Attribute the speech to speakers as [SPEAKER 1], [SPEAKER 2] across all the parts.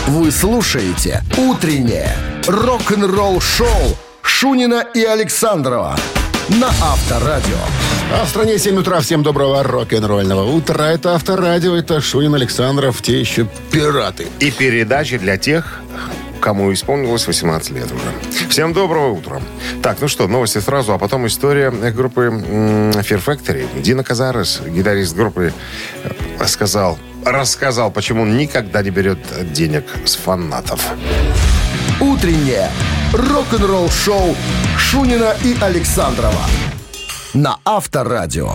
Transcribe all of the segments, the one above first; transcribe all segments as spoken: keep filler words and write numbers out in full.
[SPEAKER 1] Вы слушаете «Утреннее рок-н-ролл-шоу» Шунина и Александрова на Авторадио.
[SPEAKER 2] А в стране семь утра. Всем доброго рок-н-ролльного утра. Это Авторадио, это Шунин, Александров, те еще пираты.
[SPEAKER 3] И передачи для тех, кому исполнилось восемнадцать лет уже. Всем доброго утра. Так, ну что, новости сразу, а потом история группы Fear Factory. Дино Казарес, гитарист группы, сказал, рассказал, почему он никогда не берет денег с фанатов.
[SPEAKER 1] Утреннее рок-н-ролл-шоу Шунина и Александрова на Авторадио.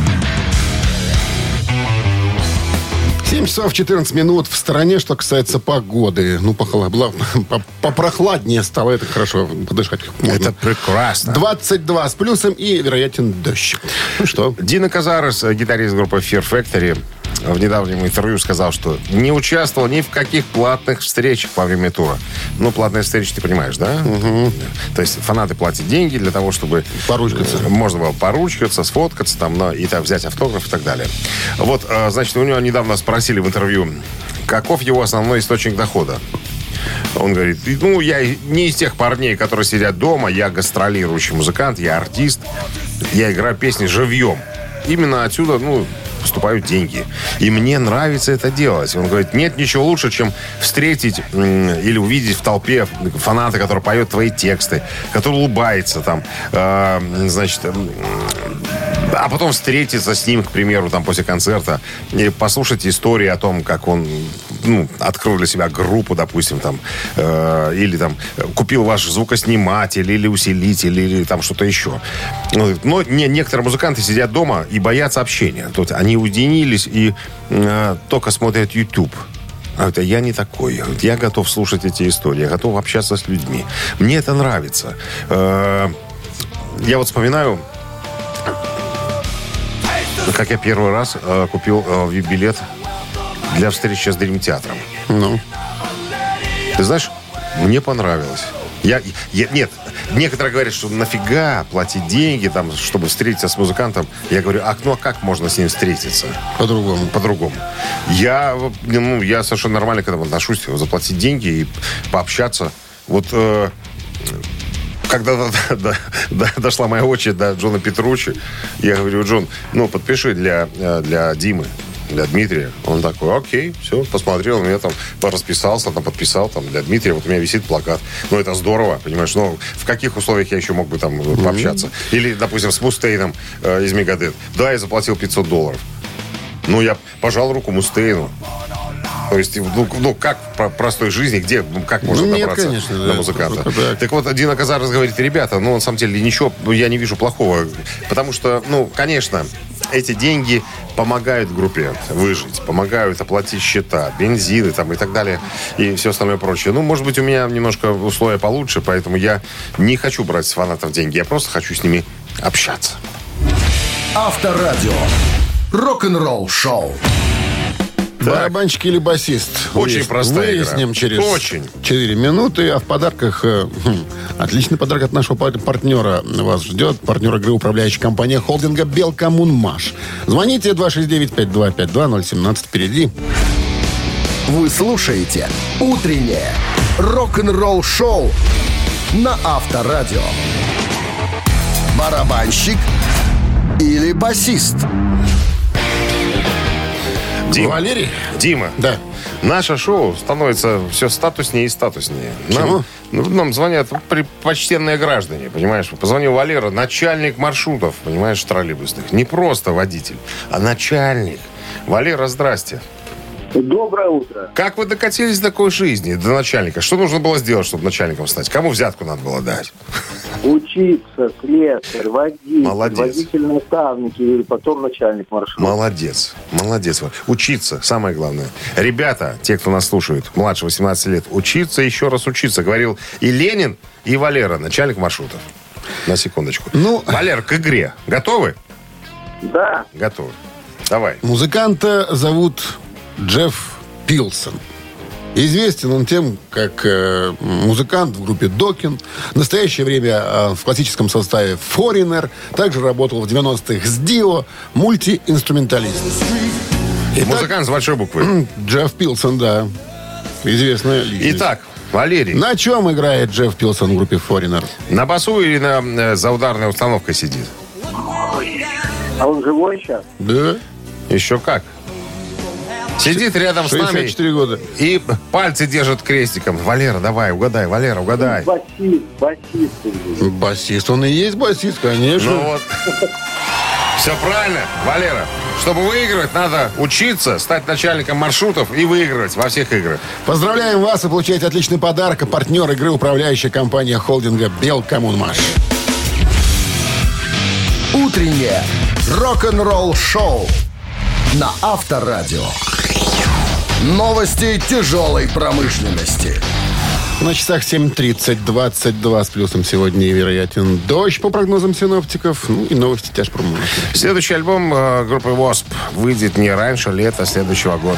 [SPEAKER 2] семь часов четырнадцать минут в стороне, что касается погоды. Ну, похолодало, попрохладнее стало, это хорошо, подышать можно.
[SPEAKER 3] Это прекрасно.
[SPEAKER 2] двадцать два с плюсом и вероятен дождь. Ну что?
[SPEAKER 3] Дино Казарес, гитарист группы Fear Factory, в недавнем интервью сказал, что не участвовал ни в каких платных встречах во время тура. Ну, платные встречи, ты понимаешь, да?
[SPEAKER 2] Угу.
[SPEAKER 3] То есть фанаты платят деньги для того, чтобы...
[SPEAKER 2] Поручкаться.
[SPEAKER 3] Можно было поручкаться, сфоткаться, там, но, и так, взять автограф и так далее. Вот, значит, у него недавно спросили в интервью, каков его основной источник дохода. Он говорит, ну, я не из тех парней, которые сидят дома, я гастролирующий музыкант, я артист, я играю песни живьем. Именно отсюда, ну... поступают деньги. И мне нравится это делать. Он говорит, нет ничего лучше, чем встретить м- или увидеть в толпе фаната, который поет твои тексты, который улыбается там, э- значит, э- а потом встретиться с ним, к примеру, там после концерта и послушать истории о том, как он, ну, открыл для себя группу, допустим, там, э- или там купил ваш звукосниматель или усилитель, или там что-то еще. Но не, некоторые музыканты сидят дома и боятся общения. Тут они уединились и э, только смотрят YouTube. А это я не такой. Я готов слушать эти истории, я готов общаться с людьми. Мне это нравится. Э, я вот вспоминаю, как я первый раз э, купил э, ви ай пи-билет для встречи с Дрим Театром.
[SPEAKER 2] Ну?
[SPEAKER 3] Ты знаешь, мне понравилось. Я, я, нет, некоторые говорят, что нафига платить деньги, там, чтобы встретиться с музыкантом. Я говорю, а, ну а как можно с ним встретиться?
[SPEAKER 2] По-другому.
[SPEAKER 3] По-другому. Я, ну, я совершенно нормально к этому отношусь. Заплатить деньги и пообщаться. Вот э, когда до, до, до, дошла моя очередь до Джона Петруччи, я говорю, Джон, ну подпиши для, для Димы, для Дмитрия. Он такой, окей, все, посмотрел, меня там расписался, там подписал, там для Дмитрия, вот у меня висит плакат. Ну, это здорово, понимаешь, но в каких условиях я еще мог бы там mm-hmm. пообщаться? Или, допустим, с Мустейном э, из Мегадет. Да, я заплатил пятьсот долларов. Ну, я пожал руку Мустейну. То есть, ну, ну как в простой жизни, где, ну, как можно
[SPEAKER 2] ну,
[SPEAKER 3] добраться
[SPEAKER 2] нет, конечно,
[SPEAKER 3] до
[SPEAKER 2] да,
[SPEAKER 3] музыканта?
[SPEAKER 2] да.
[SPEAKER 3] Так вот, Дино Казарес говорит, ребята, ну, на самом деле, ничего, я не вижу плохого. Потому что, ну, конечно, эти деньги помогают группе выжить, помогают оплатить счета, бензины там и так далее, и все остальное прочее. Ну, может быть, у меня немножко условия получше, поэтому я не хочу брать с фанатов деньги, я просто хочу с ними общаться.
[SPEAKER 1] Авторадио. Рок-н-ролл-шоу.
[SPEAKER 2] Барабанщик или басист?
[SPEAKER 3] Очень
[SPEAKER 2] Выяс...
[SPEAKER 3] простая
[SPEAKER 2] Выясним
[SPEAKER 3] игра.
[SPEAKER 2] через
[SPEAKER 3] Очень.
[SPEAKER 2] четыре минуты. А в подарках... Э, хм, отличный подарок от нашего партнера вас ждет. Партнер игры управляющая компания холдинга «Белкоммунмаш». Звоните два шесть девять пять два пять два ноль семнадцать впереди.
[SPEAKER 1] Вы слушаете «Утреннее рок-н-ролл-шоу» на Авторадио. Барабанщик или басист?
[SPEAKER 3] Дима.
[SPEAKER 2] Валерий?
[SPEAKER 3] Дима.
[SPEAKER 2] Да.
[SPEAKER 3] Наше шоу становится все статуснее и статуснее.
[SPEAKER 2] Почему?
[SPEAKER 3] Нам, нам звонят почтенные граждане, понимаешь? Позвонил Валера, начальник маршрутов, понимаешь, троллейбусных. Не просто водитель, а начальник. Валера, здрасте.
[SPEAKER 4] Доброе утро.
[SPEAKER 3] Как вы докатились до такой жизни, до начальника? Что нужно было сделать, чтобы начальником стать? Кому взятку надо было дать?
[SPEAKER 4] Учиться, слесарь, водитель,
[SPEAKER 3] Молодец.
[SPEAKER 4] водитель наставники и потом начальник маршрута.
[SPEAKER 3] Молодец, молодец. Учиться, самое главное. Ребята, те, кто нас слушает, младше восемнадцати лет, учиться, еще раз учиться. Говорил и Ленин, и Валера, начальник маршрутов. На секундочку.
[SPEAKER 2] Ну,
[SPEAKER 3] Валер, к игре. Готовы?
[SPEAKER 4] Да.
[SPEAKER 3] Готовы. Давай.
[SPEAKER 2] Музыканта зовут Джефф Пилсон. Известен он тем, как э, музыкант в группе Докин. В настоящее время э, в классическом составе Foreigner. Также работал в девяностых с Дио. Мультиинструменталист. Итак,
[SPEAKER 3] Музыкант с большой буквы.
[SPEAKER 2] Джефф Пилсон, да. Известная личность.
[SPEAKER 3] Итак, Валерий.
[SPEAKER 2] На чем играет Джефф Пилсон в группе Foreigner?
[SPEAKER 3] На басу или на, э, за ударной установкой сидит?
[SPEAKER 4] А он живой сейчас?
[SPEAKER 2] Да.
[SPEAKER 3] Еще как. Сидит рядом с нами
[SPEAKER 2] шестьдесят четыре года.
[SPEAKER 3] и пальцы держит крестиком. Валера, давай, угадай, Валера, угадай.
[SPEAKER 4] Басист, басист.
[SPEAKER 2] Басист. Он и есть басист, конечно.
[SPEAKER 3] Ну вот. Все правильно, Валера. Чтобы выигрывать, надо учиться, стать начальником маршрутов и выигрывать во всех играх.
[SPEAKER 2] Поздравляем вас и получаете отличный подарок. А партнер игры — управляющая компания холдинга «Белкоммунмаш».
[SPEAKER 1] Утреннее рок-н-ролл-шоу на Авторадио. Новости тяжелой промышленности.
[SPEAKER 2] На часах семь тридцать, двадцать два с плюсом сегодня вероятен дождь, по прогнозам синоптиков. Ну и новости тяжпромышленности.
[SPEAKER 3] Следующий альбом э, группы Wasp выйдет не раньше лета следующего года.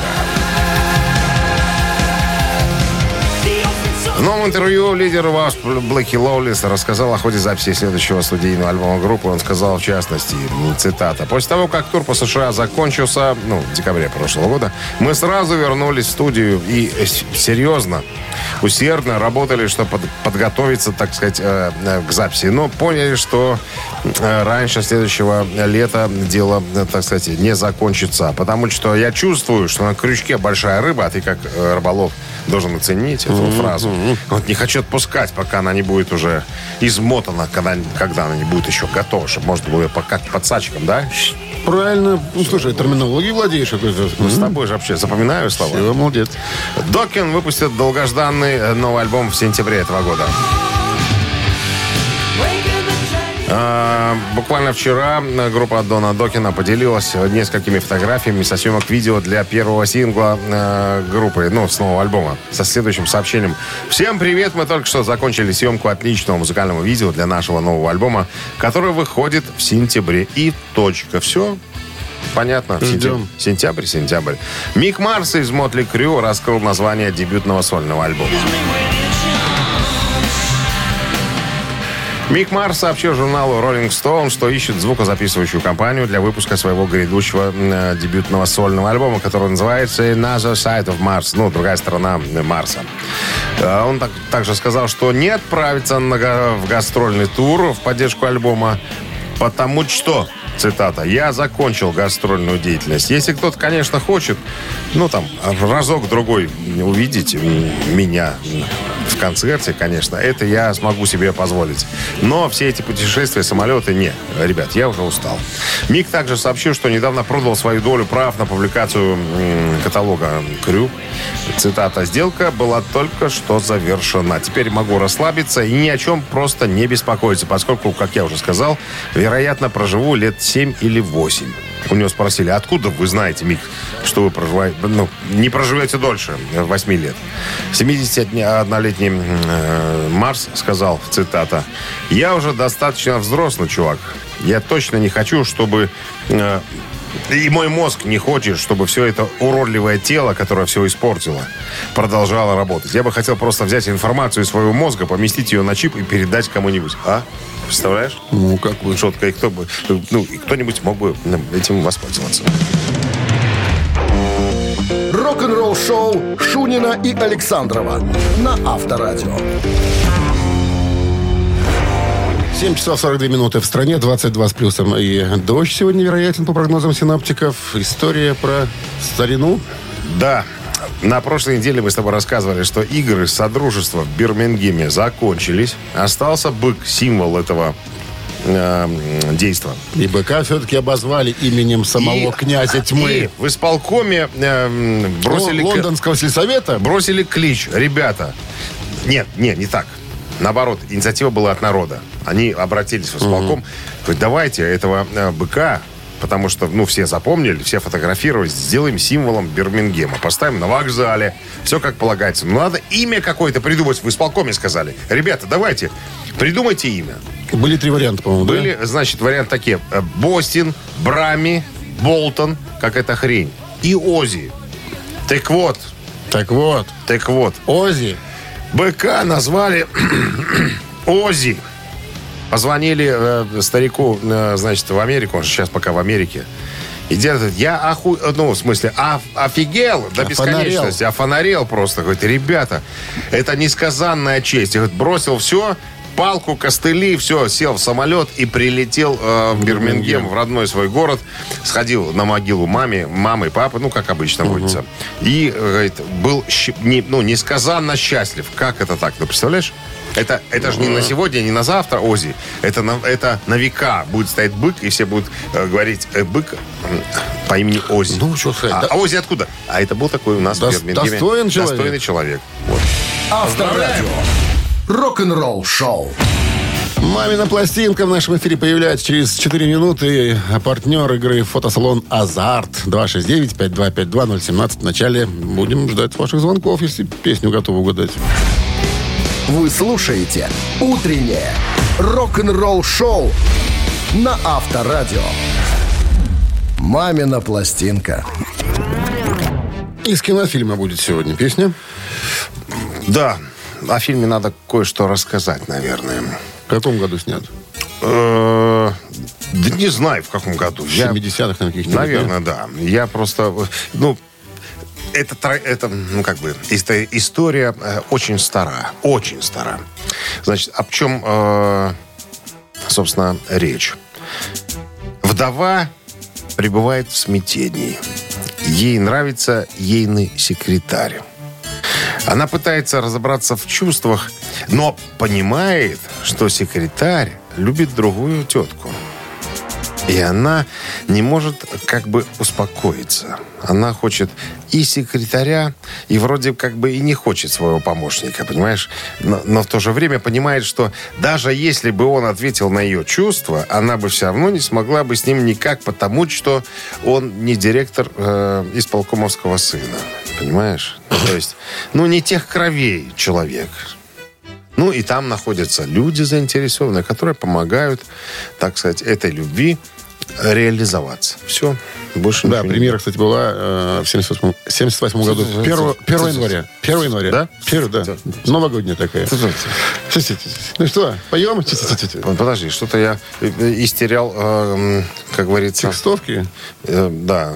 [SPEAKER 3] В новом интервью лидер Wasp Блэки Лоулис рассказал о ходе записи следующего студийного альбома группы. Он сказал, в частности, цитата: «После того, как тур по США закончился, ну, в декабре прошлого года, мы сразу вернулись в студию и серьезно, усердно работали, чтобы под, подготовиться, так сказать, э, э, к записи. Но поняли, что э, раньше следующего лета дело, э, так сказать, не закончится. Потому что я чувствую, что на крючке большая рыба, а ты как э, рыболов должен оценить эту mm-hmm. фразу. Вот не хочу отпускать, пока она не будет уже измотана, когда, когда она не будет еще готова, чтобы можно было ее как подсачком, да?»
[SPEAKER 2] Правильно. Ну, слушай, терминологией владеешь какой-то.
[SPEAKER 3] Ну, с тобой же вообще запоминаю слова.
[SPEAKER 2] Все, молодец.
[SPEAKER 3] Докин выпустит долгожданный новый альбом в сентябре этого года. А, буквально вчера группа Дона Докина поделилась несколькими фотографиями со съемок видео для первого сингла э, группы, ну, с нового альбома, со следующим сообщением. «Всем привет! Мы только что закончили съемку отличного музыкального видео для нашего нового альбома, который выходит в сентябре. И точка. Все понятно.
[SPEAKER 2] Ждем.
[SPEAKER 3] Сентябрь, сентябрь. Мик Марс из Мотли Крю раскрыл название дебютного сольного альбома. Мик Марс сообщил журналу Rolling Stone, что ищет звукозаписывающую компанию для выпуска своего грядущего э, дебютного сольного альбома, который называется Another Side of Mars, ну, другая сторона Марса. Э, он так, также сказал, что не отправится на, в гастрольный тур в поддержку альбома, потому что, цитата, «я закончил гастрольную деятельность. Если кто-то, конечно, хочет, ну, там, разок-другой увидеть меня в концерте, конечно, это я смогу себе позволить. Но все эти путешествия, самолеты, не. Ребят, я уже устал». Мик также сообщил, что недавно продал свою долю прав на публикацию м, каталога Крю. Цитата: «Сделка была только что завершена. Теперь могу расслабиться и ни о чем просто не беспокоиться, поскольку, как я уже сказал, вероятно, проживу лет семь или восемь». У него спросили: «Откуда вы знаете, Мик, что вы проживаете, ну, не проживете дольше восьми лет?» семидесятиоднолетний э, Марс сказал, цитата: «Я уже достаточно взрослый чувак. Я точно не хочу, чтобы... Э, и мой мозг не хочет, чтобы все это уродливое тело, которое все испортило, продолжало работать. Я бы хотел просто взять информацию из своего мозга, поместить ее на чип и передать кому-нибудь». А? Представляешь?
[SPEAKER 2] Ну, как вы.
[SPEAKER 3] Шутка. И кто бы, ну, и кто-нибудь мог бы этим воспользоваться.
[SPEAKER 1] Рок-н-ролл-шоу Шунина и Александрова на Авторадио.
[SPEAKER 2] семь часов сорок две минуты в стране, двадцать два с плюсом. И дождь сегодня вероятен, по прогнозам синоптиков. История про старину.
[SPEAKER 3] Да. На прошлой неделе мы с тобой рассказывали, что игры Содружества в Бирмингеме закончились. Остался бык, символ этого э, действа.
[SPEAKER 2] И быка все-таки обозвали именем самого
[SPEAKER 3] и,
[SPEAKER 2] князя тьмы.
[SPEAKER 3] И в исполкоме э, бросили...
[SPEAKER 2] Л- Лондонского сельсовета?
[SPEAKER 3] Бросили клич. Ребята. Нет, нет, не так. Наоборот, инициатива была от народа. Они обратились в исполком. Mm-hmm. Говорят, давайте этого э, быка, потому что, ну, все запомнили, все фотографировались, сделаем символом Бирмингема. Поставим на вокзале. Все как полагается. Но надо имя какое-то придумать. В исполкоме сказали: ребята, давайте, придумайте имя.
[SPEAKER 2] Были три варианта, по-моему,
[SPEAKER 3] Были,
[SPEAKER 2] да?
[SPEAKER 3] значит, варианты такие: Бостин, Брами, Болтон, какая-то хрень, и Ози. Так вот.
[SPEAKER 2] Так вот.
[SPEAKER 3] Так вот.
[SPEAKER 2] Ози.
[SPEAKER 3] Быка назвали Ози. Позвонили э, старику, э, значит, в Америку, он сейчас пока в Америке, И дед говорит, я оху... Ну, в смысле, а, офигел до бесконечности. Офонарел просто. Говорит, ребята, это несказанная честь. И, говорит, бросил все, палку, костыли, все, сел в самолет и прилетел э, в Бирмингем, в родной свой город. Сходил на могилу маме, мамы, папы, ну, как обычно uh-huh. водится. И, говорит, был щ... не, ну, несказанно счастлив. Как это так? Ну, представляешь? Это, это же не на сегодня, не на завтра, Ози. Это на, это на века будет стоять бык, и все будут э, говорить э, бык э, по имени Ози.
[SPEAKER 2] Ну, что сказать.
[SPEAKER 3] А, да... а Ози откуда? А это был такой у нас
[SPEAKER 2] Дос,
[SPEAKER 3] в Бирмингеме.
[SPEAKER 2] Достойный человек.
[SPEAKER 3] Достойный человек. Вот.
[SPEAKER 1] Авторадио. Рок-н-ролл шоу.
[SPEAKER 2] «Мамина пластинка» в нашем эфире появляется через четыре минуты. А партнер игры фотосалон «Азарт». два шесть девять пять два пять два ноль один семь. Вначале будем ждать ваших звонков, если песню готовы угадать.
[SPEAKER 1] Вы слушаете «Утреннее рок-н-ролл-шоу» на Авторадио. «Мамина пластинка».
[SPEAKER 2] Из кинофильма будет сегодня песня.
[SPEAKER 3] Да, о фильме надо кое-что рассказать, наверное.
[SPEAKER 2] В каком году снят?
[SPEAKER 3] Да не знаю, в каком году.
[SPEAKER 2] В семидесятых, на каких-то.
[SPEAKER 3] Наверное, да. Я просто... Ну, это, это, ну, как бы, история э, очень стара. Очень стара. Значит, об чем, э, собственно, речь? Вдова пребывает в смятении. Ей нравится ейный секретарь. Она пытается разобраться в чувствах, но понимает, что секретарь любит другую тетку. И она не может как бы успокоиться. Она хочет и секретаря, и вроде как бы и не хочет своего помощника, понимаешь? Но, но в то же время понимает, что даже если бы он ответил на ее чувства, она бы все равно не смогла бы с ним никак, потому что он не директор э, исполкомовского сына. Понимаешь? То есть, ну, не тех кровей человек. Ну, и там находятся люди заинтересованные, которые помогают, так сказать, этой любви реализоваться. Все. Больше
[SPEAKER 2] да,
[SPEAKER 3] ничего
[SPEAKER 2] премьера,
[SPEAKER 3] нет.
[SPEAKER 2] кстати, была э, в семьдесят восьмом году. первого января. первого января.
[SPEAKER 3] Да?
[SPEAKER 2] первого, да. Новогодняя такая. Ну что, поем?
[SPEAKER 3] Подожди, что-то я истерял, э, как говорится...
[SPEAKER 2] Текстовки?
[SPEAKER 3] Э, да.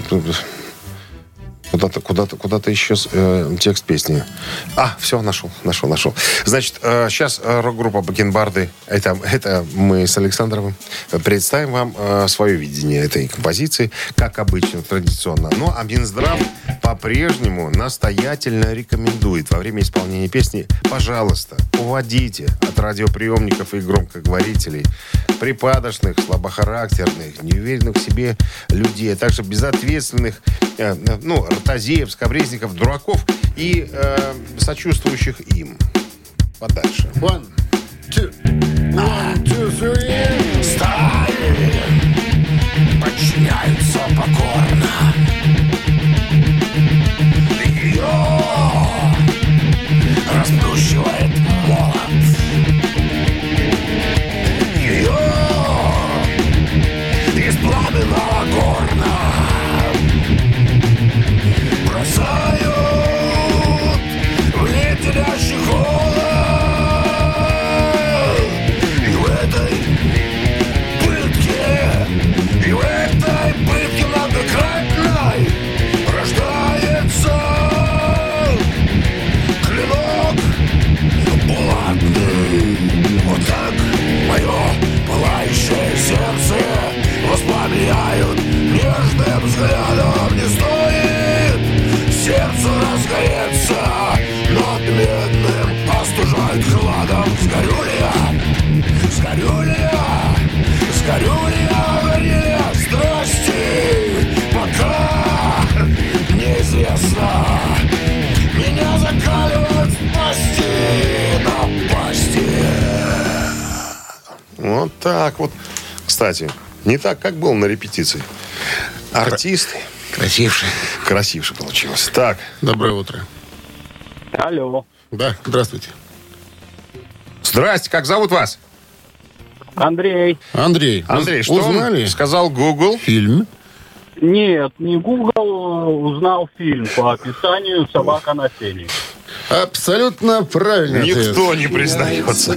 [SPEAKER 3] Куда-то, куда-то, куда-то исчез э, текст песни. А, все, нашел, нашел, нашел. Значит, э, сейчас э, рок-группа Бакенбарды, это, это мы с Александровым, представим вам э, свое видение этой композиции, как обычно, традиционно. Ну, а Минздрав по-прежнему настоятельно рекомендует во время исполнения песни, пожалуйста, уводите от радиоприемников и громкоговорителей припадочных, слабохарактерных, неуверенных в себе людей, а также безответственных, э, ну, ротозеев, скабрезников, дураков и э, сочувствующих им. Подальше.
[SPEAKER 2] One, two, one, two, three.
[SPEAKER 5] Стали подчиняются покорно. Ее расплющивает молот. Ее из пламенного горна бросают в леденящий холод. И в этой пытке, и в этой пытке многократной рождается клинок булатный. Вот так мое пылающее сердце воспламеняют нежным взглядом. Не стоит сердцу разгореться, над медным остужает хладом. Сгорю ли я, сгорю ли я, сгорю ли я в огне страсти, пока неизвестно. Меня закаливают в пасти, на пасти.
[SPEAKER 3] Вот так вот. Кстати, не так, как был на репетиции. Артисты.
[SPEAKER 2] Красивший.
[SPEAKER 3] Красивше получилось. Так.
[SPEAKER 2] Доброе утро.
[SPEAKER 4] Алло.
[SPEAKER 2] Да, здравствуйте.
[SPEAKER 3] Здрасте, как зовут вас?
[SPEAKER 4] Андрей.
[SPEAKER 2] Андрей.
[SPEAKER 3] Андрей,
[SPEAKER 2] уз-
[SPEAKER 3] что
[SPEAKER 2] узнали
[SPEAKER 3] он сказал Google?
[SPEAKER 2] фильм?
[SPEAKER 4] Нет, не Google, узнал фильм по описанию «Собака на сене».
[SPEAKER 2] Абсолютно правильно.
[SPEAKER 3] Никто не признается.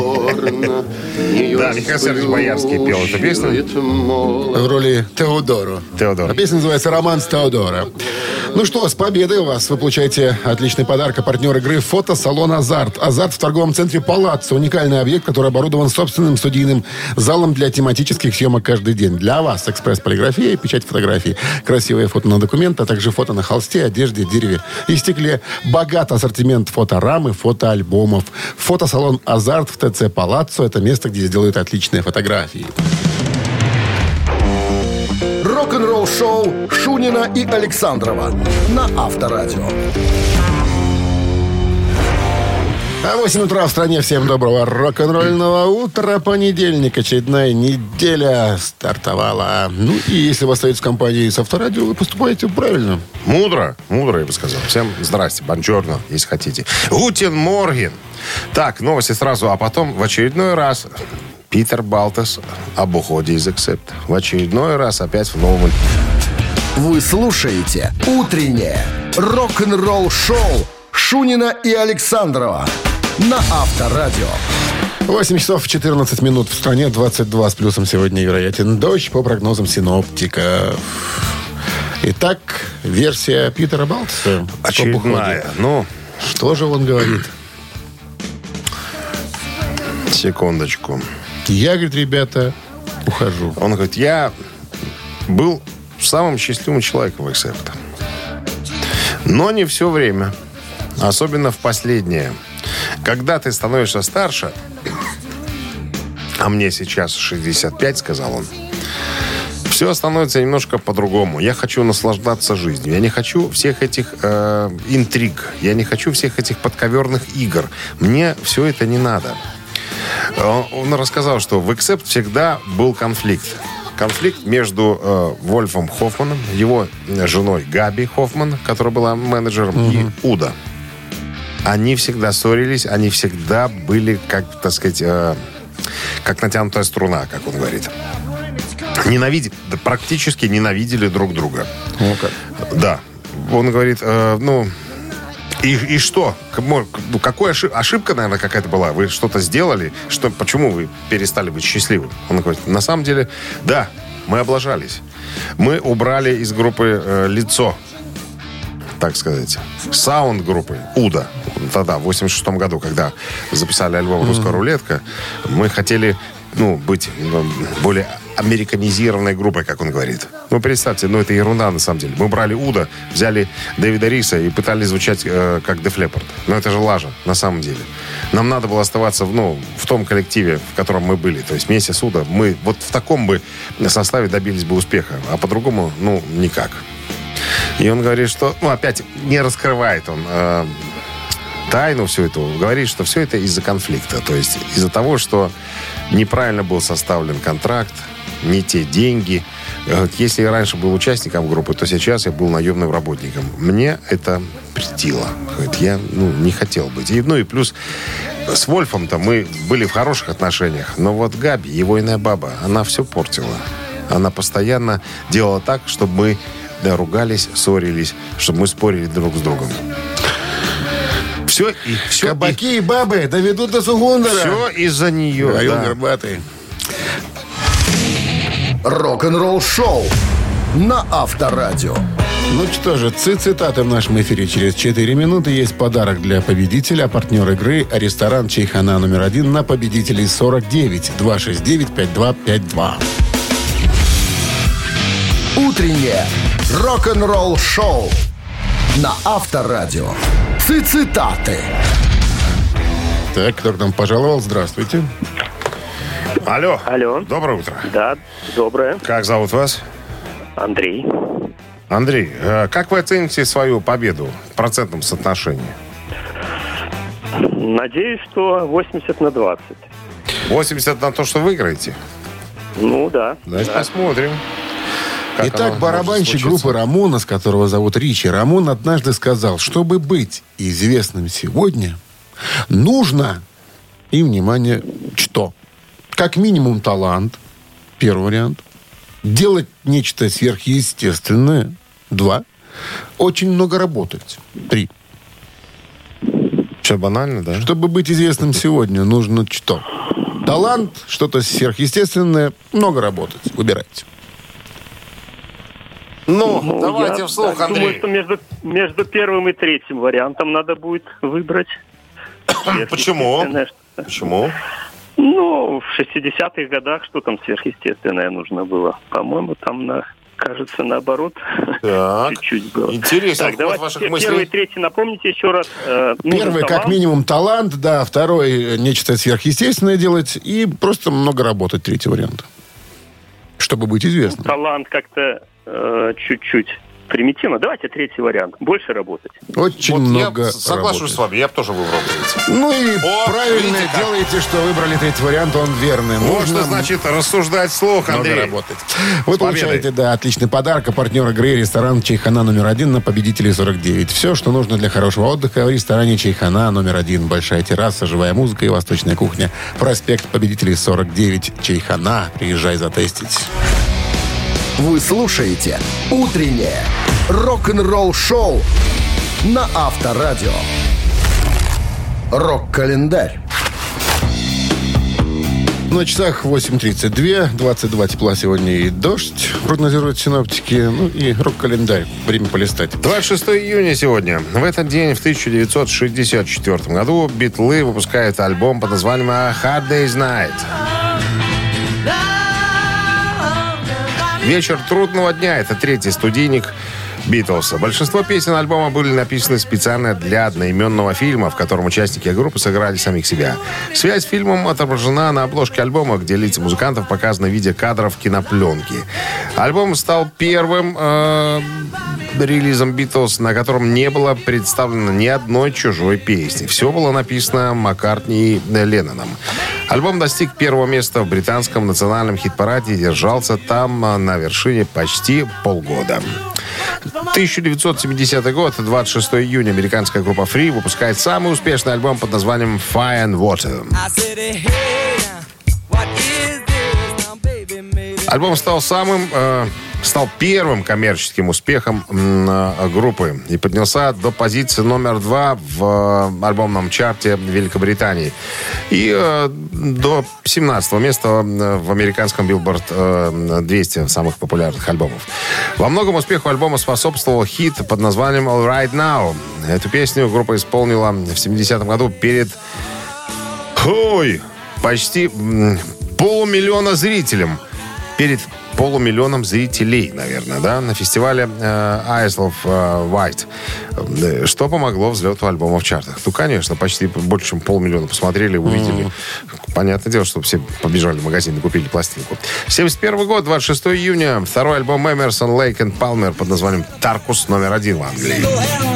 [SPEAKER 3] Да, Михаил Сергеевич Боярский пел эту песню.
[SPEAKER 2] В роли Теодоро.
[SPEAKER 3] Теодоро.
[SPEAKER 2] А песня называется «Роман с Теодоро». Ну что, с победой у вас. Вы получаете отличный подарок. А партнер игры — фотосалон «Азарт». «Азарт» в торговом центре «Палаццо». Уникальный объект, который оборудован собственным студийным залом для тематических съемок каждый день. Для вас экспресс-полиграфия, печать фотографий, красивые фото на документ, а также фото на холсте, одежде, дереве и стекле. Богат ассортимент фоторамы, фотоальбомов. Фотосалон «Азарт» в ТЦ «Палаццо» — это место, где сделают отличные фотографии.
[SPEAKER 1] Рок-н-ролл-шоу Шунина и Александрова на Авторадио.
[SPEAKER 2] А восемь утра в стране. Всем доброго рок-н-ролльного утра. Понедельник, очередная неделя стартовала. Ну и если вы остаетесь в компании с Авторадио, вы поступаете правильно.
[SPEAKER 3] Мудро, мудро, я бы сказал. Всем здрасте, бонжорно, если хотите. Гутен морген. Так, новости сразу, а потом в очередной раз Питер Балтас об уходе из Accept. В очередной раз опять в новом...
[SPEAKER 1] Вы слушаете «Утреннее рок-н-ролл-шоу» Шунина и Александрова на Авторадио.
[SPEAKER 2] восемь часов четырнадцать минут в стране, двадцать два с плюсом сегодня вероятен дождь по прогнозам синоптиков. Итак, версия Питера Балтаса.
[SPEAKER 3] Очередная. Ну,
[SPEAKER 2] что же он говорит?
[SPEAKER 3] Секундочку.
[SPEAKER 2] Я, говорит, ребята, ухожу.
[SPEAKER 3] Он говорит, я был самым счастливым человеком в Accept. Но не все время. Особенно в последнее. Когда ты становишься старше, а мне сейчас шестьдесят пять, сказал он, все становится немножко по-другому. Я хочу наслаждаться жизнью. Я не хочу всех этих э, интриг. Я не хочу всех этих подковерных игр. Мне все это не надо. Он, он рассказал, что в Accept всегда был конфликт. Конфликт между э, Вольфом Хоффманом, его женой Габи Хоффман, которая была менеджером, угу. и Уда. Они всегда ссорились, они всегда были, как, так сказать, э, как натянутая струна, как он говорит. Ненавидели, да, практически ненавидели друг друга.
[SPEAKER 2] Ну, как?
[SPEAKER 3] Да. Он говорит, э, ну... И, и что? Ну, какая ошибка, ошибка, наверное, какая-то была? Вы что-то сделали? Что, почему вы перестали быть счастливым? Он говорит, на самом деле, да, мы облажались. Мы убрали из группы э, лицо, так сказать, саунд группы Уда. Тогда, в восемьдесят шестом году, когда записали альбом «Русская рулетка», мы хотели, ну, быть ну, более американизированной группой, как он говорит. Ну, представьте, ну, это ерунда, на самом деле. Мы брали Уда, взяли Дэвида Риса и пытались звучать э, как Def Leppard. Но это же лажа, на самом деле. Нам надо было оставаться ну, в том коллективе, в котором мы были. То есть вместе с Уда мы вот в таком бы составе добились бы успеха. А по-другому, ну, никак. И он говорит, что... Ну, опять, не раскрывает он э, тайну всю эту. Говорит, что все это из-за конфликта. То есть из-за того, что неправильно был составлен контракт, не те деньги. Если я раньше был участником группы, то сейчас я был наемным работником. Мне это претило. Я ну, не хотел быть. И, ну и плюс с Вольфом-то мы были в хороших отношениях. Но вот Габи, его иная баба, она все портила. Она постоянно делала так, чтобы мы да, ругались, ссорились, чтобы мы спорили друг с другом. Все, и, все
[SPEAKER 2] Кабаки и бабы доведут до Сугундера.
[SPEAKER 3] Все из-за нее.
[SPEAKER 2] Район
[SPEAKER 3] да.
[SPEAKER 2] горбатый.
[SPEAKER 1] Рок-н-ролл-шоу на Авторадио.
[SPEAKER 2] Ну что же, цитаты в нашем эфире через четыре минуты. Есть подарок для победителя. Партнер игры — ресторан «Чайхана» номер один на Победителей сорок девять. два шесть девять пять два пять два.
[SPEAKER 1] Утреннее рок-н-ролл-шоу на Авторадио. Цитаты.
[SPEAKER 2] Так, кто к нам пожаловал? Здравствуйте.
[SPEAKER 3] Алло.
[SPEAKER 4] Алло.
[SPEAKER 3] Доброе утро.
[SPEAKER 4] Да, доброе.
[SPEAKER 3] Как зовут вас?
[SPEAKER 4] Андрей.
[SPEAKER 3] Андрей, как вы оцените свою победу в процентном соотношении?
[SPEAKER 4] Надеюсь, что восемьдесят на двадцать.
[SPEAKER 3] восемьдесят на то, что выиграете?
[SPEAKER 4] Ну, да.
[SPEAKER 3] Значит, да. Посмотрим. Как
[SPEAKER 2] Итак, барабанщик группы «Рамонес», которого зовут Ричи Рамон, однажды сказал, чтобы быть известным сегодня, нужно, и, внимание, что? Как минимум талант, первый вариант. Делать нечто сверхъестественное, два. Очень много работать, три.
[SPEAKER 3] Что, банально, да?
[SPEAKER 2] Чтобы быть известным сегодня, нужно что? Талант, что-то сверхъестественное, много работать. Выбирайте.
[SPEAKER 3] Ну,
[SPEAKER 4] Ну,
[SPEAKER 3] давайте
[SPEAKER 4] я
[SPEAKER 3] вслух,
[SPEAKER 4] так
[SPEAKER 3] Андрей.
[SPEAKER 4] думаю, что между, между первым и третьим вариантом надо будет выбрать.
[SPEAKER 3] Почему?
[SPEAKER 4] Сверхъестественное что-то.
[SPEAKER 3] Почему?
[SPEAKER 4] Ну, в шестидесятых годах что там сверхъестественное нужно было? По-моему, там, на, кажется, наоборот,
[SPEAKER 3] Так.
[SPEAKER 4] чуть-чуть было.
[SPEAKER 3] Интересный
[SPEAKER 4] Так,
[SPEAKER 3] ход
[SPEAKER 4] давайте
[SPEAKER 3] ваших
[SPEAKER 4] пе-
[SPEAKER 3] мыслей.
[SPEAKER 4] первый и третий напомните еще раз. Э, нужен
[SPEAKER 2] Первый, как
[SPEAKER 4] талант.
[SPEAKER 2] минимум, талант, да. Второй, нечто сверхъестественное делать. И просто много работать, третий вариант. Чтобы быть известным.
[SPEAKER 4] Талант как-то э, чуть-чуть примитивно. Давайте третий вариант. Больше работать.
[SPEAKER 2] Очень
[SPEAKER 3] Вот
[SPEAKER 2] много
[SPEAKER 3] я соглашусь
[SPEAKER 2] работать.
[SPEAKER 3] с вами, я бы тоже выбрал третий.
[SPEAKER 2] Ну и
[SPEAKER 3] О,
[SPEAKER 2] правильно
[SPEAKER 3] видите как?
[SPEAKER 2] делаете, что выбрали третий вариант, он верный.
[SPEAKER 3] Можно,
[SPEAKER 2] Нужно
[SPEAKER 3] значит, рассуждать вслух,
[SPEAKER 2] много
[SPEAKER 3] Андрей.
[SPEAKER 2] работать. Вы
[SPEAKER 3] С победой.
[SPEAKER 2] получаете, да, отличный подарок. А партнер игры — ресторан «Чайхана» номер один на Победителей сорок девять. Все, что нужно для хорошего отдыха в ресторане «Чайхана» номер один. Большая терраса, живая музыка и восточная кухня. Проспект Победителей сорок девять. «Чайхана». Приезжай затестить.
[SPEAKER 1] Вы слушаете «Утреннее рок-н-ролл-шоу» на Авторадио. Рок-календарь.
[SPEAKER 2] На часах восемь тридцать два, двадцать два тепла сегодня и дождь, прогнозируют синоптики. Ну и рок-календарь. Время полистать.
[SPEAKER 3] двадцать шестого июня сегодня. В этот день, в тысяча девятьсот шестьдесят четвёртом году, Битлы выпускают альбом под названием «A Hard Day's Night». «Вечер трудного дня» — это третий студийник Битлз. Большинство песен альбома были написаны специально для одноименного фильма, в котором участники группы сыграли самих себя. Связь с фильмом отображена на обложке альбома, где лица музыкантов показаны в виде кадров кинопленки. Альбом стал первым э, релизом Битлз, на котором не было представлено ни одной чужой песни. Все было написано Маккартни и Ленноном. Альбом достиг первого места в британском национальном хит-параде и держался там на вершине почти полгода. тысяча девятьсот семидесятый год, двадцать шестого июня, американская группа Free выпускает самый успешный альбом под названием «Fire and Water». Альбом стал самым... Э, стал первым коммерческим успехом э, группы и поднялся до позиции номер два в э, альбомном чарте Великобритании и э, до семнадцатого места в американском Billboard э, двести самых популярных альбомов. Во многом успеху альбома способствовал хит под названием «All Right Now». Эту песню группа исполнила в семидесятом году перед ой, почти м, полумиллиона зрителям. Перед полумиллионом зрителей, наверное, да, на фестивале э, Isle of э, Wight, что помогло взлету альбома в чартах. Ну, конечно, почти больше, чем полмиллиона посмотрели, увидели. Mm-hmm. Понятное дело, что все побежали в магазин и купили пластинку. семьдесят первый год, двадцать шестого июня, второй альбом Эмерсон, Лейк энд Палмер под названием «Таркус» номер один в Англии.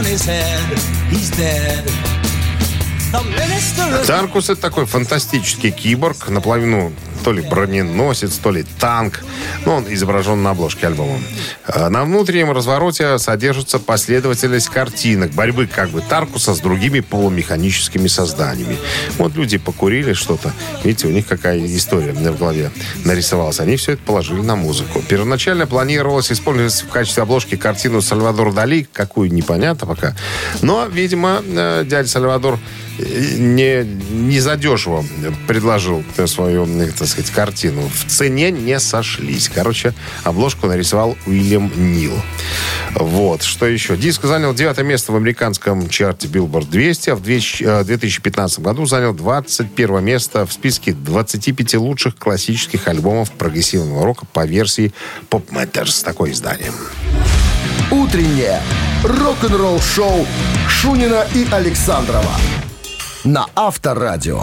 [SPEAKER 3] Таркус — это такой фантастический киборг, наполовину то ли броненосец, то ли танк. Но он изображен на обложке альбома. На внутреннем развороте содержится последовательность картинок борьбы как бы Таркуса с другими полумеханическими созданиями. Вот люди покурили что-то. Видите, у них какая история в голове нарисовалась. Они все это положили на музыку. Первоначально планировалось использовать в качестве обложки картину Сальвадор Дали, какую непонятно пока. Но, видимо, дядя Сальвадор не, не задешево предложил свою, так сказать, картину. В цене не сошлись. Короче, обложку нарисовал Уильям Нил. Вот. Что еще? Диск занял девятое место в американском чарте Billboard двести, а в две тысячи пятнадцатом году занял двадцать первое место в списке двадцати пяти лучших классических альбомов прогрессивного рока по версии Pop Matters. Такое издание.
[SPEAKER 1] Утреннее рок-н-ролл-шоу Шунина и Александрова на Авторадио.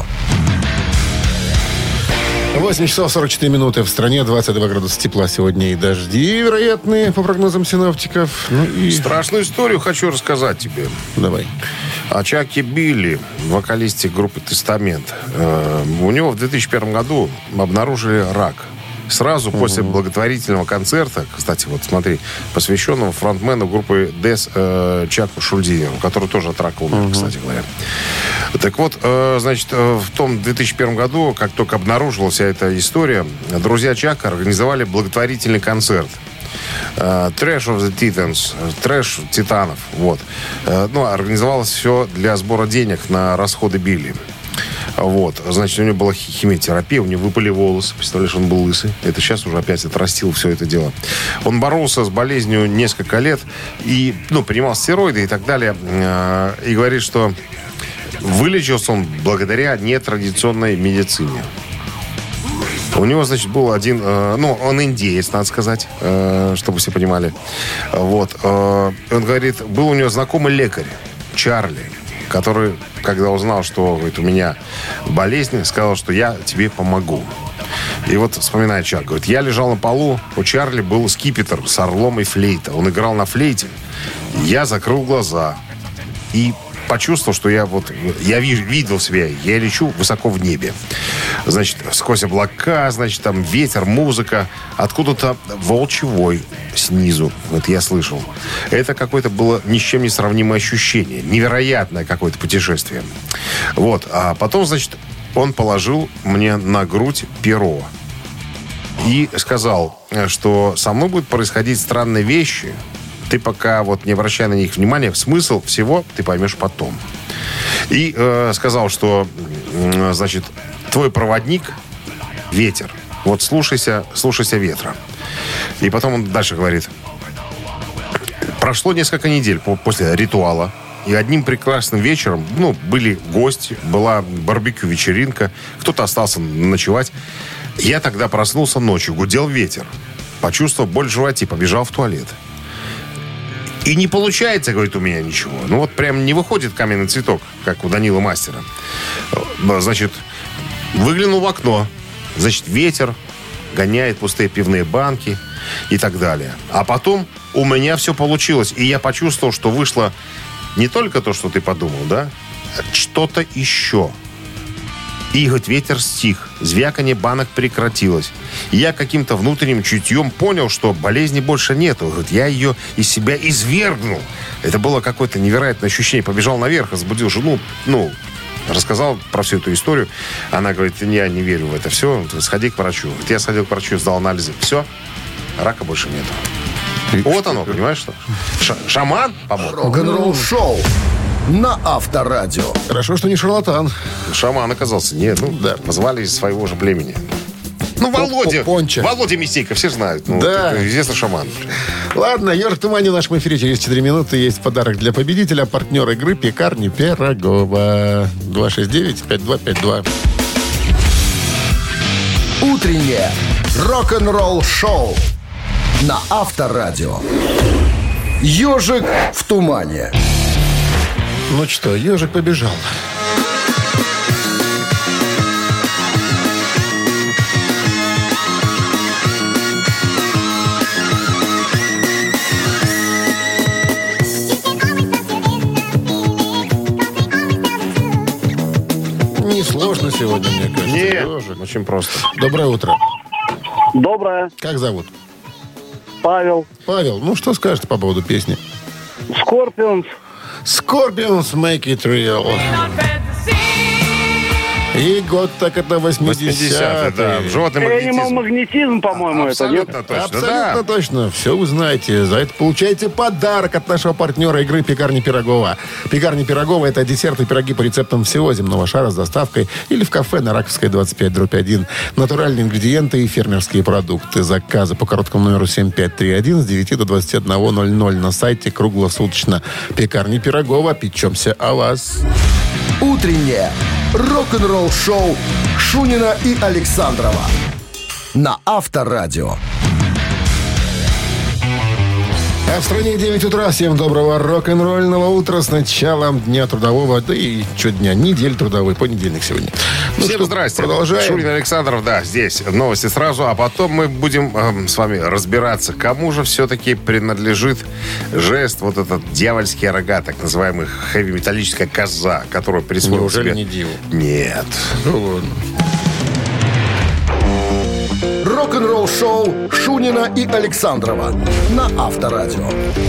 [SPEAKER 2] восемь часов сорок четыре минуты в стране, двадцать два градуса тепла сегодня и дожди вероятные, по прогнозам синоптиков. Ну и...
[SPEAKER 3] Страшную историю хочу рассказать тебе.
[SPEAKER 2] Давай.
[SPEAKER 3] О Чаке Билли, вокалисте группы «Тестамент». Э, у него в две тысячи первом году обнаружили рак. Сразу угу. после благотворительного концерта, кстати, вот смотри, посвященного фронтмену группы Дэс э, Чаку Шульдинеру, который тоже от рака умер, угу. кстати говоря. Так вот, э, значит, в том две тысячи первом году, как только обнаружилась вся эта история, друзья Чака организовали благотворительный концерт. Trash of the Titans, трэш Титанов. Вот. Ну, организовалось все для сбора денег на расходы Билли. Вот. Значит, у него была химиотерапия, у него выпали волосы. Представляешь, он был лысый. Это сейчас уже опять отрастил все это дело. Он боролся с болезнью несколько лет и, ну, принимал стероиды и так далее. И говорит, что вылечился он благодаря нетрадиционной медицине. У него, значит, был один... Э, ну, он индеец, надо сказать, э, чтобы все понимали. Вот. Э, он говорит, был у него знакомый лекарь, Чарли, который, когда узнал, что, говорит, у меня болезнь, сказал, что я тебе помогу. И вот, вспоминает Чак, говорит, я лежал на полу, у Чарли был скипетр с орлом и флейта. Он играл на флейте. Я закрыл глаза и почувствовал, что я вот, я видел себя, я лечу высоко в небе. Значит, сквозь облака, значит, там ветер, музыка, откуда-то волчий вой снизу. Вот я слышал. Это какое-то было ни с чем не сравнимое ощущение. Невероятное какое-то путешествие. Вот. А потом, значит, он положил мне на грудь перо. И сказал, что со мной будут происходить странные вещи. Ты пока вот не обращай на них внимания. Смысл всего ты поймешь потом. И э, сказал, что, э, значит, твой проводник — ветер. Вот слушайся, слушайся ветра. И потом он дальше говорит. Прошло несколько недель после ритуала. И одним прекрасным вечером, ну, были гости, была барбекю-вечеринка. Кто-то остался ночевать. Я тогда проснулся ночью, гудел ветер. Почувствовал боль в животе, побежал в туалет. И не получается, говорит, у меня ничего. Ну вот прям не выходит каменный цветок, как у Данила Мастера. Значит, выглянул в окно. Значит, ветер гоняет пустые пивные банки и так далее. А потом у меня все получилось. И я почувствовал, что вышло не только то, что ты подумал, да? Что-то еще. И, говорит, ветер стих. Звяканье банок прекратилось. И я каким-то внутренним чутьем понял, что болезни больше нету. Говорит, я ее из себя извергнул. Это было какое-то невероятное ощущение. Побежал наверх, разбудил жену. Ну, рассказал про всю эту историю. Она говорит, я не верю в это все. Сходи к врачу. Говорит, я сходил к врачу, сдал анализы. Все, рака больше нету. Вот оно, понимаешь, что? Ш- шаман помог.
[SPEAKER 1] Рок-н-ролл шоу на Авторадио.
[SPEAKER 2] Хорошо, что не шарлатан.
[SPEAKER 3] Шаман оказался. Нет, ну, да, позвали из своего же племени. Ну, Володя.
[SPEAKER 2] Понча.
[SPEAKER 3] Володя Мистейко, все же знают. Ну,
[SPEAKER 2] да.
[SPEAKER 3] Известный шаман.
[SPEAKER 2] Ладно, «Ежик в тумане» в нашем эфире через четыре минуты. Есть подарок для победителя. Партнер игры «Пекарни Пирогова». два шесть девять пять два пять два.
[SPEAKER 1] Утреннее рок-н-ролл шоу на Авторадио. «Ежик в тумане».
[SPEAKER 2] Ну что, ежик побежал. Несложно сегодня, мне кажется.
[SPEAKER 3] Нет,
[SPEAKER 2] ежик.
[SPEAKER 3] очень просто.
[SPEAKER 2] Доброе утро.
[SPEAKER 6] Доброе.
[SPEAKER 2] Как зовут?
[SPEAKER 6] Павел.
[SPEAKER 2] Павел, ну что скажете по поводу песни?
[SPEAKER 6] Скорпионс.
[SPEAKER 2] Scorpions Make It Real. И год так это восьмидесятые.
[SPEAKER 3] Да, животный
[SPEAKER 6] Animal
[SPEAKER 3] магнетизм.
[SPEAKER 6] магнетизм, по-моему,
[SPEAKER 3] Абсолютно
[SPEAKER 6] это, нет?
[SPEAKER 3] точно,
[SPEAKER 2] Абсолютно
[SPEAKER 3] да.
[SPEAKER 2] точно. Все узнаете. За это получаете подарок от нашего партнера игры «Пекарни Пирогова». «Пекарни Пирогова» — это десерты и пироги по рецептам всего земного шара с доставкой или в кафе на Раковской двадцать пять дробь один. Натуральные ингредиенты и фермерские продукты. Заказы по короткому номеру семь пять три один с девяти до двадцати одного ноль ноль на сайте круглосуточно. «Пекарни Пирогова». Печемся о вас.
[SPEAKER 1] Утреннее рок-н-ролл-шоу Шунина и Александрова на Авторадио.
[SPEAKER 2] А в стране девять утра. Всем доброго рок-н-ролльного утра с началом дня трудового. Да и что дня? Недель трудовой. Понедельник сегодня. Ну
[SPEAKER 3] Всем
[SPEAKER 2] что,
[SPEAKER 3] здрасте.
[SPEAKER 2] Продолжаем.
[SPEAKER 3] Шунин Александров, да, здесь новости сразу. А потом мы будем эм, с вами разбираться, кому же все-таки принадлежит жест, вот этот дьявольские рога, так называемый хэви-металлическая коза, которую присвоил
[SPEAKER 2] Неужели
[SPEAKER 3] себе...
[SPEAKER 2] не Диву?
[SPEAKER 3] Нет.
[SPEAKER 2] Ну ладно.
[SPEAKER 1] Рок-н-ролл-шоу Шунина и Александрова на Авторадио.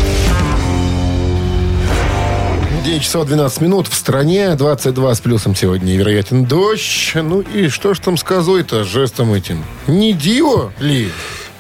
[SPEAKER 2] девять часов двенадцать минут. В стране двадцать два с плюсом сегодня. И вероятен дождь. Ну и что ж там с козой-то, жестом этим? Не диво ли?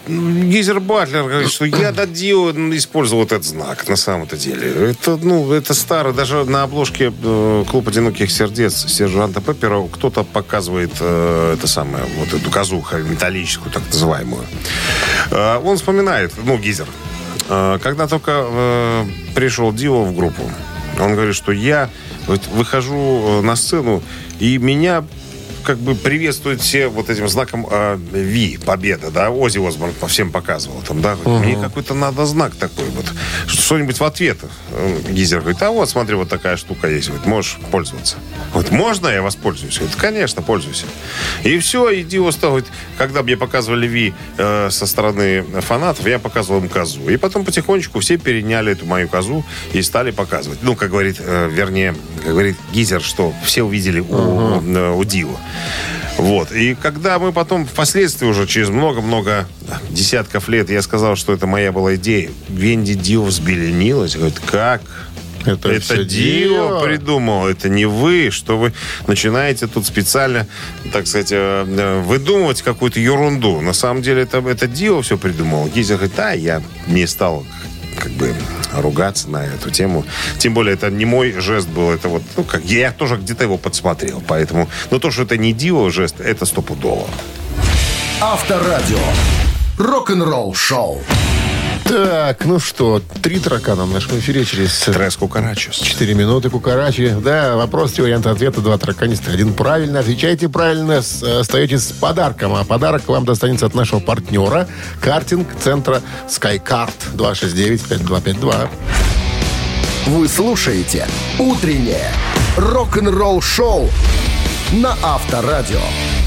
[SPEAKER 3] Гизер Батлер говорит, что я до Дио использовал этот знак на самом-то деле. Это, ну, это старо. Даже на обложке э, «Клуб одиноких сердец» сержанта Пеппера кто-то показывает э, это самое, вот эту козуху металлическую, так называемую. Э, он вспоминает, ну, Гизер, э, когда только э, пришел Дио в группу, он говорит, что я вот, выхожу на сцену, и меня как бы приветствуют все вот этим знаком э, Ви, победа, да, Оззи Осборн по всем показывал там, да, uh-huh. мне какой-то надо знак такой вот, что-нибудь в ответ. Гизер говорит, а вот, смотри, вот такая штука есть, вот, можешь пользоваться. Вот, можно я воспользуюсь? Вот, конечно, пользуйся. И все, и Дио стал, говорит, когда мне показывали Ви э, со стороны фанатов, я показывал им козу. И потом потихонечку все переняли эту мою козу и стали показывать. Ну, как говорит, э, вернее, как говорит Гизер, что все увидели uh-huh. у, у Дио. Вот. И когда мы потом впоследствии уже через много-много десятков лет я сказал, что это моя была идея, Венди Дио взбеленилась. Говорит, как? Это, это Дио придумал, это не вы, что вы начинаете тут специально, так сказать, выдумывать какую-то ерунду. На самом деле это, это Дио все придумал. Гизер говорит, да, я не стал как бы ругаться на эту тему. Тем более, это не мой жест был. Это вот, ну, как я тоже где-то его подсмотрел. Поэтому, но то, что это не Дио жест, это стопудово.
[SPEAKER 1] Авторадио. Рок-н-ролл шоу.
[SPEAKER 2] Так, ну что, три таракана в нашем эфире через...
[SPEAKER 3] Трес Кукарачес.
[SPEAKER 2] Четыре минуты Кукарачи. Да, вопрос, три варианта ответа, два тараканиста, один правильно. Отвечайте правильно, остаетесь с подарком. А подарок вам достанется от нашего партнера картинг-центра SkyCard. два шесть девять пять два пять два.
[SPEAKER 1] Вы слушаете «Утреннее рок-н-ролл-шоу» на Авторадио.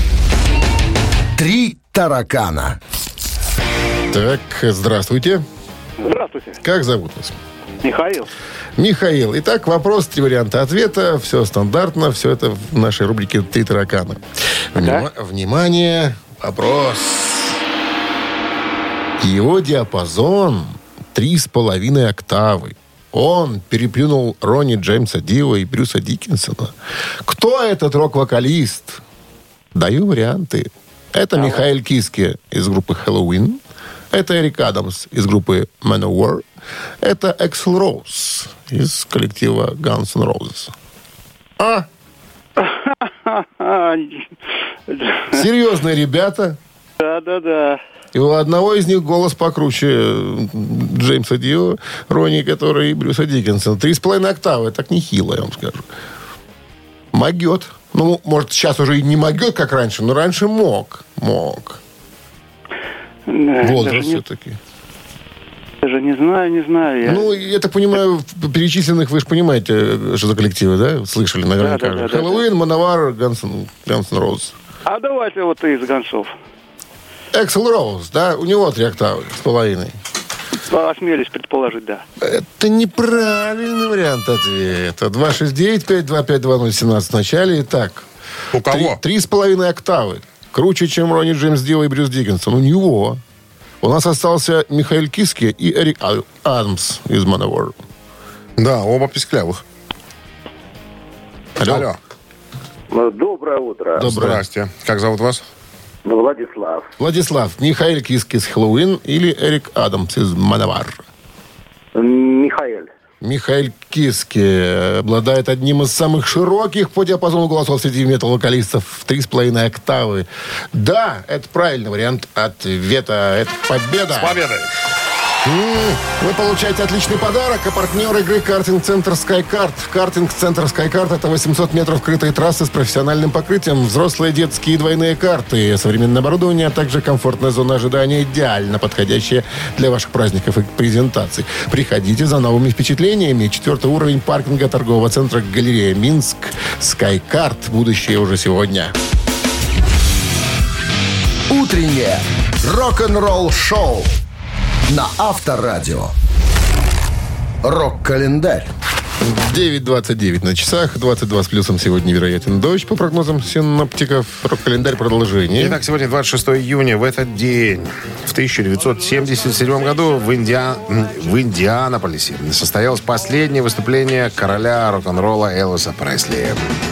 [SPEAKER 1] Три таракана.
[SPEAKER 2] Так, здравствуйте.
[SPEAKER 6] Здравствуйте.
[SPEAKER 2] Как зовут вас?
[SPEAKER 6] Михаил.
[SPEAKER 2] Михаил. Итак, вопрос, три варианта ответа. Все стандартно. Все это в нашей рубрике «Три таракана». Внима- Внимание, вопрос. Его диапазон три с половиной октавы. Он переплюнул Ронни Джеймса Дио и Брюса Диккенсона. Кто этот рок-вокалист? Даю варианты. Это а Михаил вот. Киске из группы Halloween. Это Эрик Адамс из группы Manowar. Это Эксел Роуз из коллектива Guns N' Roses. А? Серьезные ребята.
[SPEAKER 6] Да-да-да.
[SPEAKER 2] И у одного из них голос покруче Джеймса Дио, Ронни, который и Брюса Диккенсона. Три с половиной октавы. Так нехило, я вам скажу. Могет. Ну, может, сейчас уже и не могет, как раньше, но раньше мог. Мог.
[SPEAKER 6] Да,
[SPEAKER 2] возраст все-таки.
[SPEAKER 6] Даже не знаю, не знаю. Я...
[SPEAKER 2] Ну, я так понимаю, перечисленных, вы же понимаете, что за коллективы, да? Слышали наверняка.
[SPEAKER 6] Да, да, да,
[SPEAKER 2] Хэллоуин, Manowar, Guns N' Roses.
[SPEAKER 6] А давайте вот из гонцов.
[SPEAKER 2] Эксел Роуз, да? У него три октавы с половиной.
[SPEAKER 6] Осмелюсь предположить, да.
[SPEAKER 2] Это неправильный вариант ответа. два шесть девять пять два пять два ноль один семь в начале. Итак,
[SPEAKER 3] у кого?
[SPEAKER 2] Три с половиной октавы. Круче, чем Ронни Джеймс Дио и Брюс Диккенсон. У него. У нас остался Михаил Киске и Эрик Адамс из Manowar.
[SPEAKER 3] Да, оба писклявых.
[SPEAKER 2] Алло.
[SPEAKER 3] Алло.
[SPEAKER 7] Доброе утро.
[SPEAKER 2] Доброе.
[SPEAKER 3] Здрасте. Как зовут вас?
[SPEAKER 7] Владислав.
[SPEAKER 2] Владислав, Михаил Киске из Halloween или Эрик Адамс из Manowar?
[SPEAKER 7] Михаил.
[SPEAKER 2] Михаил Киске обладает одним из самых широких по диапазону голосов среди метал-вокалистов в три с половиной октавы. Да, это правильный вариант ответа. Это победа.
[SPEAKER 3] С победой!
[SPEAKER 2] Вы получаете отличный подарок, а партнер игры «Картинг-центр SkyCard». «Картинг-центр SkyCard» — это восемьсот метров крытой трассы с профессиональным покрытием, взрослые, детские и двойные карты, современное оборудование, а также комфортная зона ожидания, идеально подходящая для ваших праздников и презентаций. Приходите за новыми впечатлениями. Четвертый уровень паркинга торгового центра «Галерея Минск». SkyCard. Будущее уже сегодня.
[SPEAKER 1] Утреннее рок-н-ролл-шоу на Авторадио. Рок-календарь.
[SPEAKER 2] девять двадцать девять на часах, двадцать два с плюсом сегодня вероятен дождь, по прогнозам синоптиков. Рок-календарь продолжение.
[SPEAKER 3] Итак, сегодня двадцать шестого июня. В этот день, в тысяча девятьсот семьдесят седьмом году, в, Индиа... в Индианаполисе состоялось последнее выступление короля рок-н-ролла Элвиса Пресли.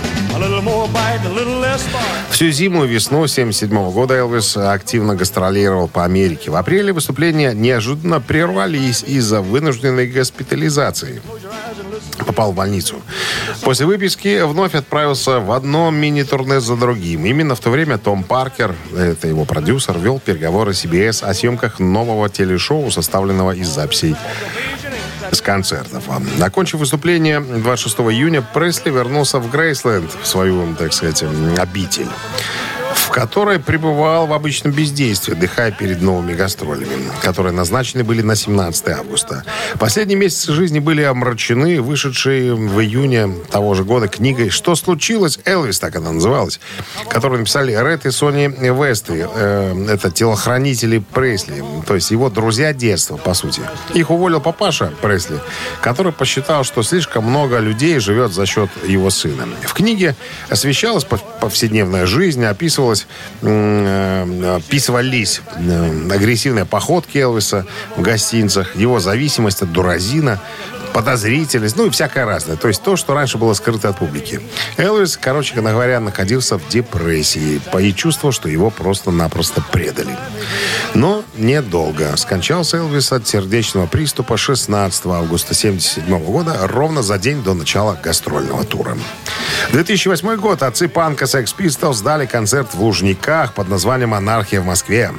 [SPEAKER 3] Всю зиму и весну семьдесят седьмого года Элвис активно гастролировал по Америке. В апреле выступления неожиданно прервались из-за вынужденной госпитализации. Попал в больницу. После выписки вновь отправился в одно мини-турне за другим. Именно в то время Том Паркер, это его продюсер, вел переговоры с си би эс о съемках нового телешоу, составленного из записей с концертов. Окончив выступление двадцать шестого июня, Пресли вернулся в Грейсленд, в свою, так сказать, обитель, в которой пребывал в обычном бездействии, отдыхая перед новыми гастролями, которые назначены были на семнадцатого августа. Последние месяцы жизни были омрачены вышедшей в июне того же года книгой «Что случилось? Элвис», так она называлась, которую написали Ред и Сони Весты. Э, это телохранители Пресли, то есть его друзья детства, по сути. Их уволил папаша Пресли, который посчитал, что слишком много людей живет за счет его сына. В книге освещалась повседневная жизнь, описывалась описывались агрессивные походки Элвиса в гостиницах, его зависимость от дуразина, подозрительность, ну и всякое разное. То есть то, что раньше было скрыто от публики. Элвис, короче говоря, находился в депрессии и чувствовал, что его просто-напросто предали. Но недолго. Скончался Элвис от сердечного приступа шестнадцатого августа семьдесят седьмого года, ровно за день до начала гастрольного тура. две тысячи восьмой год. Отцы панка Sex Pistols дали концерт в Лужниках под названием «Анархия в Москве».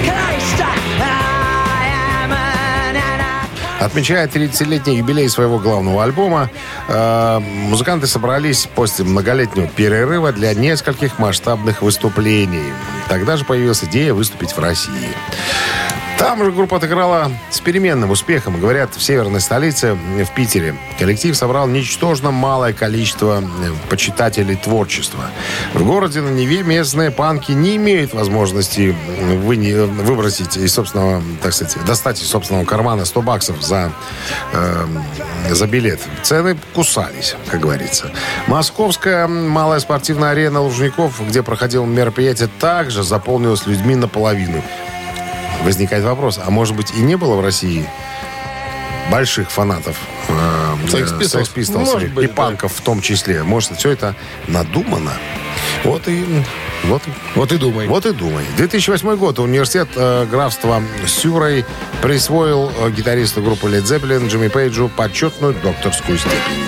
[SPEAKER 3] Отмечая тридцатилетний юбилей своего главного альбома, э, музыканты собрались после многолетнего перерыва для нескольких масштабных выступлений. Тогда же появилась идея выступить в России. Там же группа отыграла с переменным успехом. Говорят, в северной столице, в Питере, коллектив собрал ничтожно малое количество почитателей творчества. В городе на Неве местные панки не имеют возможности вы... выбросить из собственного, так сказать, достать из собственного кармана сто баксов за, э, за билет. Цены кусались, как говорится. Московская малая спортивная арена Лужников, где проходило мероприятие, также заполнилась людьми наполовину. Возникает вопрос, а может быть и не было в России больших фанатов э, Sex Pistols, Sex Pistols и, быть, и панков да. в том числе? Может, все это надумано? Вот и, вот,
[SPEAKER 2] вот и думай.
[SPEAKER 3] Вот и думай. две тысячи восьмой год. Университет э, графства Сюррей присвоил э, гитаристу группы Led Zeppelin Джимми Пейджу почетную докторскую степень.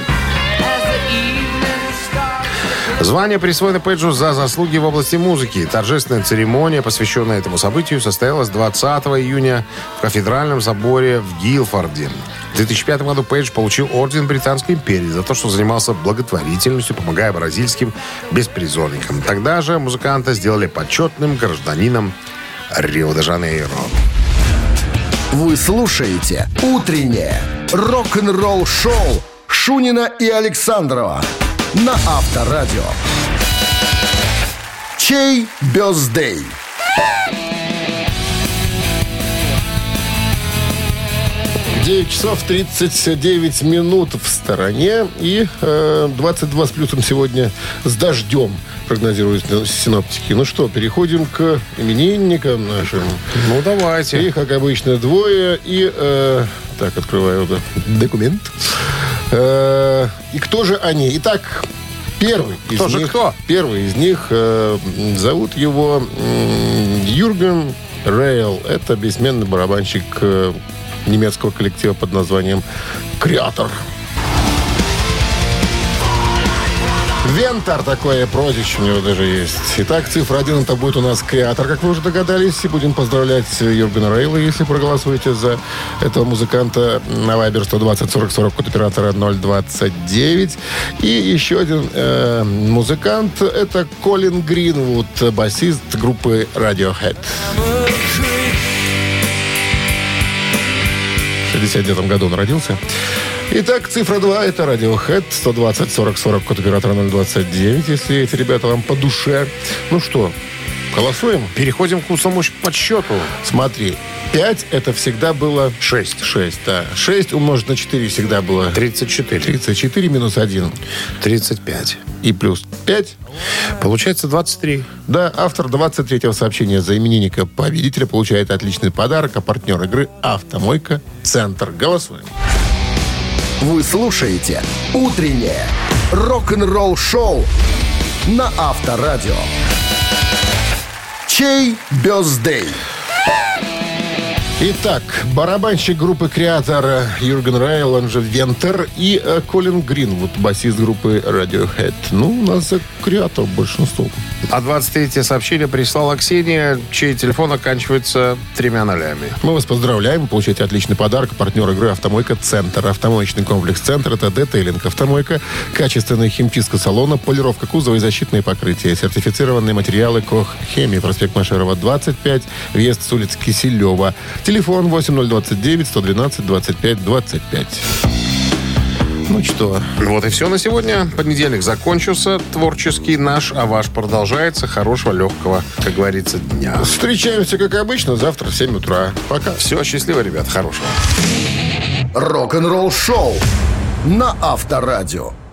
[SPEAKER 3] Звание присвоено Пейджу за заслуги в области музыки. Торжественная церемония, посвященная этому событию, состоялась двадцатого июня в кафедральном соборе в Гилфорде. В две тысячи пятом году Пейдж получил орден Британской империи за то, что занимался благотворительностью, помогая бразильским беспризорникам. Тогда же музыканта сделали почетным гражданином Рио-де-Жанейро.
[SPEAKER 1] Вы слушаете «Утреннее рок-н-ролл-шоу» Шунина и Александрова на Авторадио. Чей бёздей?
[SPEAKER 2] девять часов тридцать девять минут в стороне. И э, двадцать два с плюсом сегодня с дождем, прогнозируют синоптики. Ну что, переходим к именинникам нашим.
[SPEAKER 3] Ну, давайте.
[SPEAKER 2] Их, как обычно, двое. И, э, так, открываю документ. Э, и кто же они? Итак, первый из
[SPEAKER 3] кто
[SPEAKER 2] них...
[SPEAKER 3] же кто?
[SPEAKER 2] Первый из них, э, зовут его э, Юрген Рейл. Это бессменный барабанщик э, немецкого коллектива под названием «Креатор». Вентар, такое прозвище у него даже есть. Итак, цифра один, это будет у нас «Креатор», как вы уже догадались. И будем поздравлять Юргена Рейла, если проголосуете за этого музыканта на Вайбер сто двадцать сорок сорок, код оператора ноль двадцать девять. И еще один э, музыкант, это Колин Гринвуд, басист группы Radiohead. В шестьдесят девятом году он родился. Итак, цифра два, это Radiohead, сто двадцать сорок сорок, код оператора ноль двадцать девять, если эти ребята вам по душе. Ну что, Голосуем?
[SPEAKER 3] Переходим к устному подсчету.
[SPEAKER 2] Смотри, пять это всегда было...
[SPEAKER 3] шесть.
[SPEAKER 2] шесть, да. шесть умножить на четыре всегда было...
[SPEAKER 3] тридцать четыре.
[SPEAKER 2] тридцать четыре минус один.
[SPEAKER 3] тридцать пять.
[SPEAKER 2] И плюс пять.
[SPEAKER 3] Получается двадцать три.
[SPEAKER 2] Да, автор двадцать третьего сообщения за именинника победителя получает отличный подарок, а партнер игры «Автомойка Центр». Голосуем.
[SPEAKER 1] Вы слушаете «Утреннее рок-н-ролл-шоу» на Авторадио. Чей бёздей?
[SPEAKER 2] Итак, барабанщик группы «Креатор» Юрген Райл, он же Вентер, и э, Колин Гринвуд, басист группы Radiohead. Ну, у нас за «Креатор» большинство.
[SPEAKER 3] А двадцать третье сообщение прислала Ксения, чей телефон оканчивается тремя нолями.
[SPEAKER 2] Мы вас поздравляем, получаете отличный подарок. Партнер игры «Автомойка Центр». Автомоечный комплекс «Центр» — это детейлинг, автомойка, качественная химчистка салона, полировка кузова и защитные покрытия. Сертифицированные материалы «Кох Хемии». Проспект Машерова, двадцать пять, въезд с улицы Киселева. Телефон восемь ноль двадцать девять сто двенадцать двадцать пять двадцать пять. Ну что?
[SPEAKER 3] Вот и все на сегодня. Понедельник закончился. Творческий наш, а ваш продолжается. Хорошего, легкого, как говорится, дня.
[SPEAKER 2] Встречаемся, как обычно, завтра в семь утра. Пока.
[SPEAKER 3] Все, счастливо, ребят. Хорошего.
[SPEAKER 1] Рок-н-ролл-шоу на Авторадио.